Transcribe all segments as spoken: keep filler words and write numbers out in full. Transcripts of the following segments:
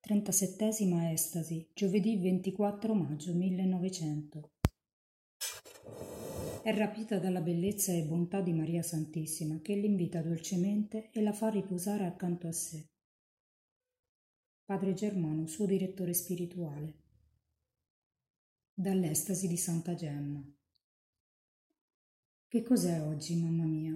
Trentasettesima estasi, giovedì ventiquattro maggio millenovecento. È rapita dalla bellezza e bontà di Maria Santissima, che l'invita dolcemente e la fa riposare accanto a sé. Padre Germano, suo direttore spirituale. Dall'estasi di Santa Gemma. Che cos'è oggi, mamma mia?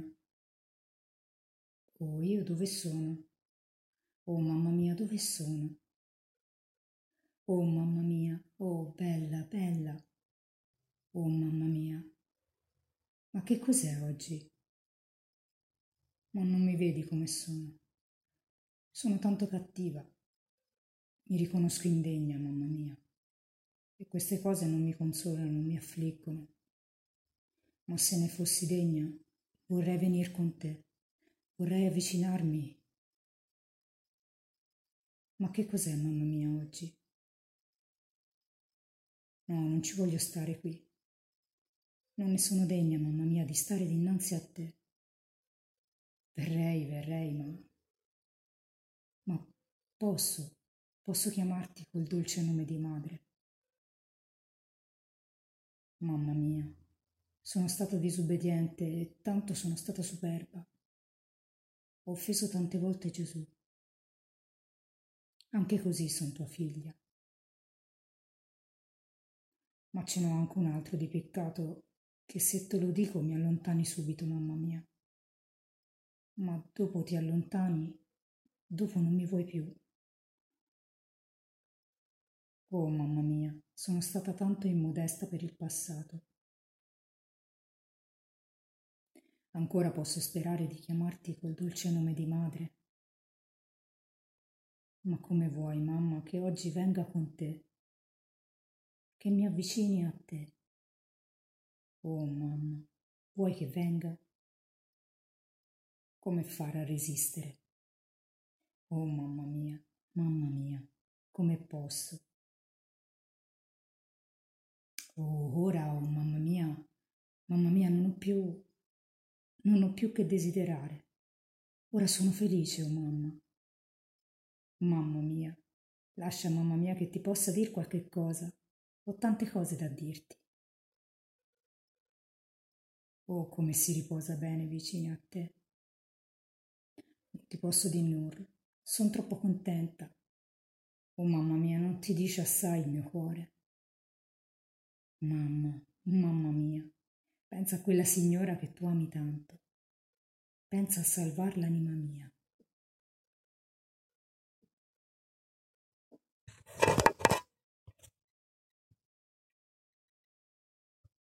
Oh, io dove sono? Oh, mamma mia, dove sono? Oh, mamma mia, oh, bella, bella. Oh, mamma mia. Ma che cos'è oggi? Ma non mi vedi come sono? Sono tanto cattiva. Mi riconosco indegna, mamma mia. E queste cose non mi consolano, non mi affliggono. Ma se ne fossi degna, vorrei venir con te. Vorrei avvicinarmi. Ma che cos'è, mamma mia, oggi? No, non ci voglio stare qui. Non ne sono degna, mamma mia, di stare dinanzi a te. Verrei, verrei, ma... Ma posso, posso chiamarti col dolce nome di madre. Mamma mia, sono stata disobbediente e tanto sono stata superba. Ho offeso tante volte Gesù. Anche così sono tua figlia. Ma ce n'ho anche un altro di peccato che se te lo dico mi allontani subito, mamma mia. Ma dopo ti allontani, dopo non mi vuoi più. Oh, mamma mia, sono stata tanto immodesta per il passato. Ancora posso sperare di chiamarti col dolce nome di madre. Ma come vuoi, mamma, che oggi venga con te, che mi avvicini a te. Oh, mamma, vuoi che venga? Come fare a resistere? Oh, mamma mia, mamma mia, come posso? Oh, ora, oh, mamma mia, mamma mia, non ho più, non ho più che desiderare. Ora sono felice, oh mamma. Mamma mia, lascia, mamma mia, che ti possa dir qualche cosa. Ho tante cose da dirti. Oh, come si riposa bene vicino a te. Non ti posso dir nulla, sono troppo contenta. Oh, mamma mia, non ti dice assai il mio cuore. Mamma, mamma mia, pensa a quella signora che tu ami tanto. Pensa a salvar l'anima mia.